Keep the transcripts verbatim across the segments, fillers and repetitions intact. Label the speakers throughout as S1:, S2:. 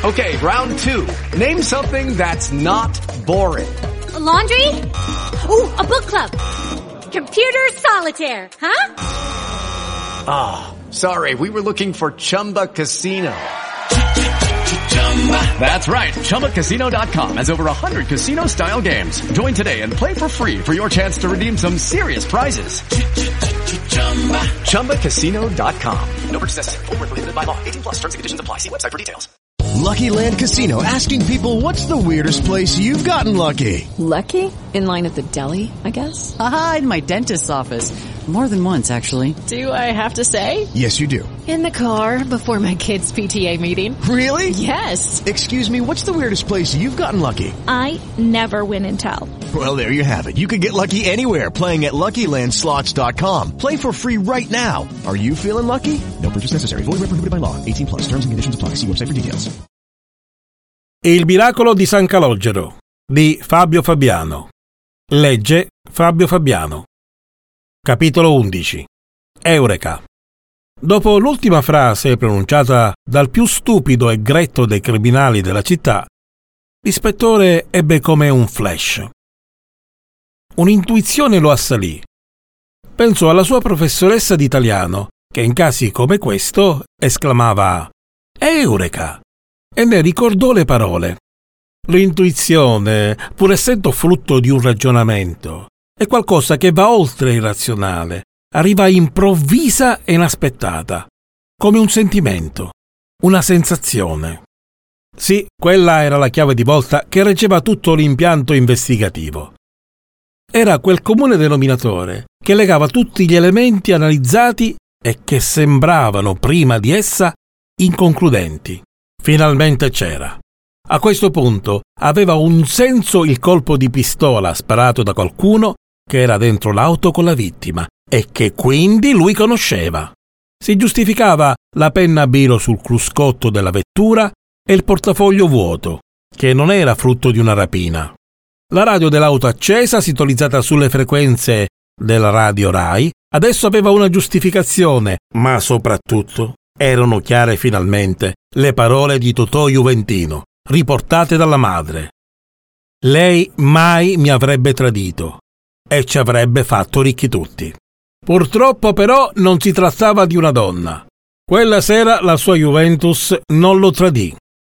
S1: Okay, round two. Name something that's not boring.
S2: A laundry? Ooh, a book club. Computer solitaire, huh?
S1: Ah, oh, sorry, we were looking for Chumba Casino. That's right, Chumba Casino dot com has over one hundred casino-style games. Join today and play for free for your chance to redeem some serious prizes. Chumba Casino dot com. No purchase necessary. Void where prohibited by law. eighteen plus terms and conditions apply. See website for details.
S3: Lucky Land Casino, asking people, what's the weirdest place you've gotten lucky?
S4: Lucky? In line at the deli, I guess?
S5: Aha, in my dentist's office. More than once, actually.
S4: Do I have to say?
S3: Yes, you do.
S4: In the car before my kids' P T A meeting.
S3: Really?
S4: Yes.
S3: Excuse me, what's the weirdest place you've gotten lucky?
S6: I never win and tell.
S3: Well, there you have it. You can get lucky anywhere, playing at Lucky Land Slots dot com. Play for free right now. Are you feeling lucky? No purchase necessary. Void where prohibited by law. eighteen plus. Terms and conditions apply. See website for details.
S7: Il miracolo di San Calogero di Fabio Fabiano. Legge Fabio Fabiano. Capitolo undici. Eureka. Dopo l'ultima frase pronunciata dal più stupido e gretto dei criminali della città, l'ispettore ebbe come un flash. Un'intuizione lo assalì. Pensò alla sua professoressa di italiano, che in casi come questo esclamava «Eureka!» e ne ricordò le parole. L'intuizione, pur essendo frutto di un ragionamento, è qualcosa che va oltre il razionale, arriva improvvisa e inaspettata, come un sentimento, una sensazione. Sì, quella era la chiave di volta che reggeva tutto l'impianto investigativo. Era quel comune denominatore che legava tutti gli elementi analizzati e che sembravano, prima di essa, inconcludenti. Finalmente c'era. A questo punto aveva un senso il colpo di pistola sparato da qualcuno che era dentro l'auto con la vittima e che quindi lui conosceva. Si giustificava la penna a biro sul cruscotto della vettura e il portafoglio vuoto, che non era frutto di una rapina. La radio dell'auto accesa, sintonizzata sulle frequenze della radio Rai, adesso aveva una giustificazione, ma soprattutto erano chiare finalmente le parole di Totò Juventino, riportate dalla madre. Lei mai mi avrebbe tradito e ci avrebbe fatto ricchi tutti. Purtroppo però non si trattava di una donna. Quella sera la sua Juventus non lo tradì.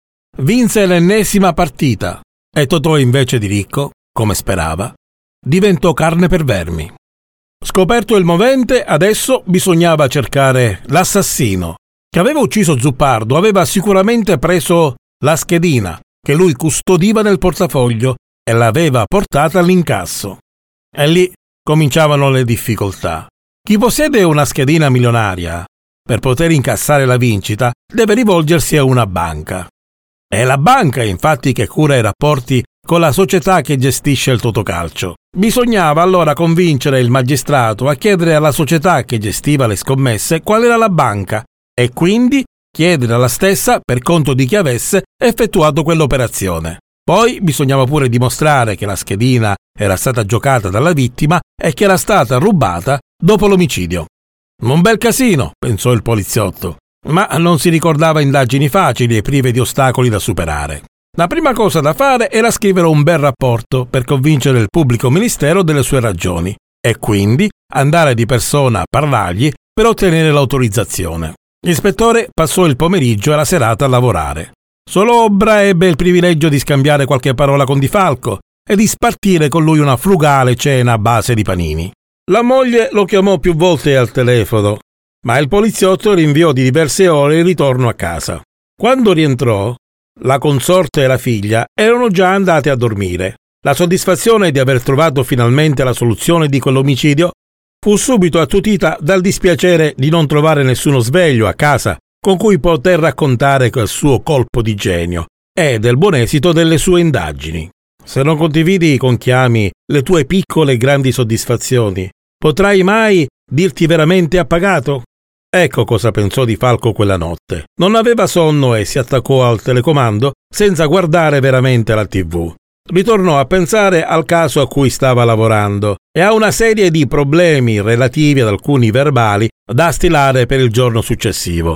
S7: Vinse l'ennesima partita e Totò, invece di ricco, come sperava, diventò carne per vermi. Scoperto il movente, adesso bisognava cercare l'assassino. Che aveva ucciso Zuppardo aveva sicuramente preso la schedina che lui custodiva nel portafoglio e l'aveva portata all'incasso. E lì cominciavano le difficoltà. Chi possiede una schedina milionaria, per poter incassare la vincita, deve rivolgersi a una banca. È la banca, infatti, che cura i rapporti con la società che gestisce il Totocalcio. Bisognava allora convincere il magistrato a chiedere alla società che gestiva le scommesse qual era la banca e quindi chiedere alla stessa per conto di chi avesse effettuato quell'operazione. Poi bisognava pure dimostrare che la schedina era stata giocata dalla vittima e che era stata rubata dopo l'omicidio. Un bel casino, pensò il poliziotto, ma non si ricordava indagini facili e prive di ostacoli da superare. La prima cosa da fare era scrivere un bel rapporto per convincere il pubblico ministero delle sue ragioni e quindi andare di persona a parlargli per ottenere l'autorizzazione. L'ispettore passò il pomeriggio e la serata a lavorare. Solo Obbra ebbe il privilegio di scambiare qualche parola con Di Falco e di spartire con lui una frugale cena a base di panini. La moglie lo chiamò più volte al telefono, ma il poliziotto rinviò di diverse ore il ritorno a casa. Quando rientrò, la consorte e la figlia erano già andate a dormire. La soddisfazione di aver trovato finalmente la soluzione di quell'omicidio fu subito attutita dal dispiacere di non trovare nessuno sveglio a casa con cui poter raccontare quel suo colpo di genio e del buon esito delle sue indagini. Se non condividi con Chiami le tue piccole e grandi soddisfazioni, potrai mai dirti veramente appagato? Ecco cosa pensò Di Falco quella notte. Non aveva sonno e si attaccò al telecomando senza guardare veramente la tivù. Ritornò a pensare al caso a cui stava lavorando e a una serie di problemi relativi ad alcuni verbali da stilare per il giorno successivo.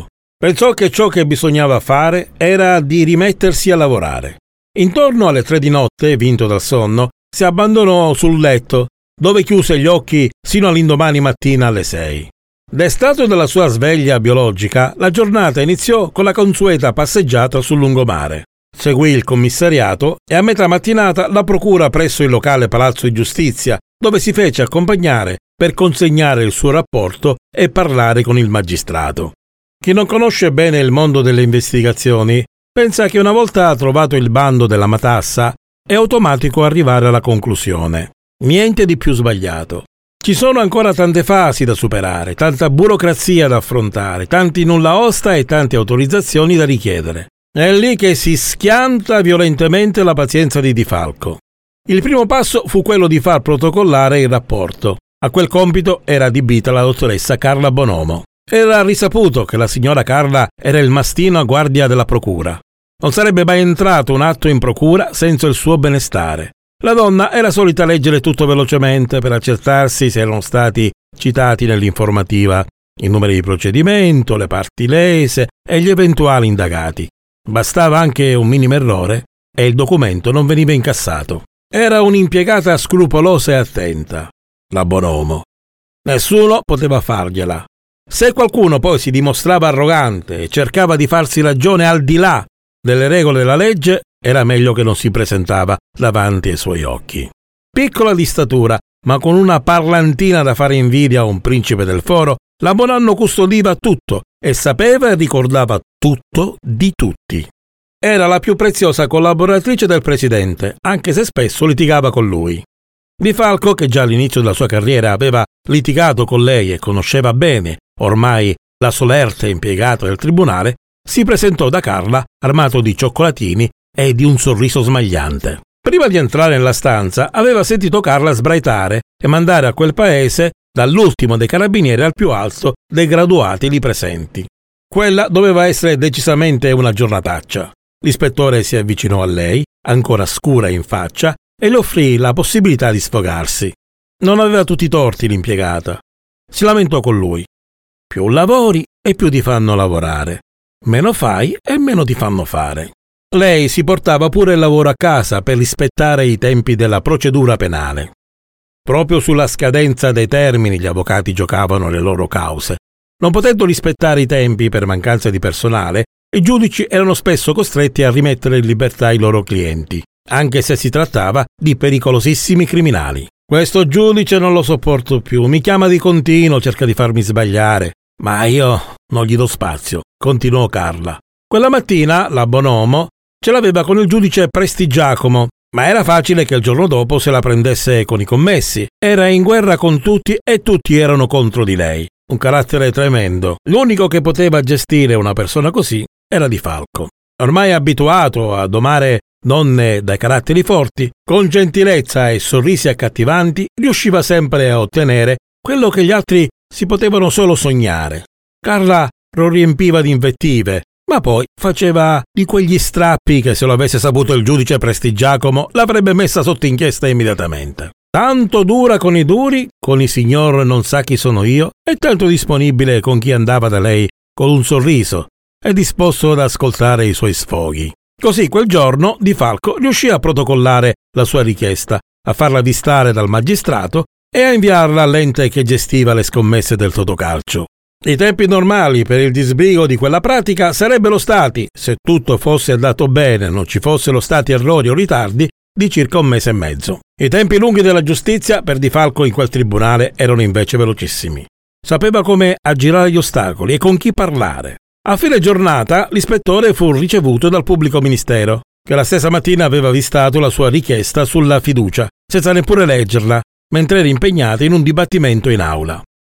S7: Pensò che ciò che bisognava fare era di rimettersi a lavorare. Intorno alle tre di notte, vinto dal sonno, si abbandonò sul letto, dove chiuse gli occhi sino all'indomani mattina alle sei. Destato dalla sua sveglia biologica, la giornata iniziò con la consueta passeggiata sul lungomare. Seguì il commissariato e a metà mattinata la procura presso il locale Palazzo di Giustizia, dove si fece accompagnare per consegnare il suo rapporto e parlare con il magistrato. Chi non conosce bene il mondo delle investigazioni pensa che una volta trovato il bando della matassa è automatico arrivare alla conclusione. Niente di più sbagliato. Ci sono ancora tante fasi da superare, tanta burocrazia da affrontare, tanti nulla osta e tante autorizzazioni da richiedere. È lì che si schianta violentemente la pazienza di Di Falco. Il primo passo fu quello di far protocollare il rapporto. A quel compito era adibita la dottoressa Carla Bonomo. Era risaputo che la signora Carla era il mastino a guardia della procura. Non sarebbe mai entrato un atto in procura senza il suo benestare. La donna era solita leggere tutto velocemente per accertarsi se erano stati citati nell'informativa i numeri di procedimento, le parti lese e gli eventuali indagati. Bastava anche un minimo errore e il documento non veniva incassato. Era un'impiegata scrupolosa e attenta, la Bonomo. Nessuno poteva fargliela. Se qualcuno poi si dimostrava arrogante e cercava di farsi ragione al di là delle regole della legge, era meglio che non si presentava davanti ai suoi occhi. Piccola di statura, ma con una parlantina da fare invidia a un principe del foro, la Bonanno custodiva tutto e sapeva e ricordava tutto di tutti. Era la più preziosa collaboratrice del presidente, anche se spesso litigava con lui. Di Falco, che già all'inizio della sua carriera aveva litigato con lei e conosceva bene ormai la solerte impiegata del tribunale, si presentò da Carla armato di cioccolatini e di un sorriso smagliante. Prima di entrare nella stanza aveva sentito Carla sbraitare e mandare a quel paese dall'ultimo dei carabinieri al più alto dei graduati lì presenti. Quella doveva essere decisamente una giornataccia. L'ispettore si avvicinò a lei, ancora scura in faccia, e le offrì la possibilità di sfogarsi. Non aveva tutti i torti l'impiegata. Si lamentò con lui. Più lavori e più ti fanno lavorare. Meno fai e meno ti fanno fare. Lei si portava pure il lavoro a casa per rispettare i tempi della procedura penale. Proprio sulla scadenza dei termini gli avvocati giocavano le loro cause. Non potendo rispettare i tempi per mancanza di personale, i giudici erano spesso costretti a rimettere in libertà i loro clienti, anche se si trattava di pericolosissimi criminali. Questo giudice non lo sopporto più, mi chiama di continuo, cerca di farmi sbagliare, ma io non gli do spazio, continuò Carla. Quella mattina la Bonomo ce l'aveva con il giudice Prestigiacomo, ma era facile che il giorno dopo se la prendesse con i commessi. Era in guerra con tutti e tutti erano contro di lei. Un carattere tremendo. L'unico che poteva gestire una persona così era Di Falco. Ormai abituato a domare donne dai caratteri forti, con gentilezza e sorrisi accattivanti riusciva sempre a ottenere quello che gli altri si potevano solo sognare. Carla lo riempiva di invettive, ma poi faceva di quegli strappi che se lo avesse saputo il giudice Prestigiacomo l'avrebbe messa sotto inchiesta immediatamente. Tanto dura con i duri, con i signor non sa chi sono io, e tanto disponibile con chi andava da lei con un sorriso e disposto ad ascoltare i suoi sfoghi. Così quel giorno Di Falco riuscì a protocollare la sua richiesta, a farla avvistare dal magistrato e a inviarla all'ente che gestiva le scommesse del totocalcio. I tempi normali per il disbrigo di quella pratica sarebbero stati, se tutto fosse andato bene e non ci fossero stati errori o ritardi, di circa un mese e mezzo. I tempi lunghi della giustizia per Di Falco in quel tribunale erano invece velocissimi. Sapeva come aggirare gli ostacoli e con chi parlare. A fine giornata l'ispettore fu ricevuto dal pubblico ministero, che la stessa mattina aveva avvistato la sua richiesta sulla fiducia, senza neppure leggerla, mentre era impegnato in un dibattimento in aula.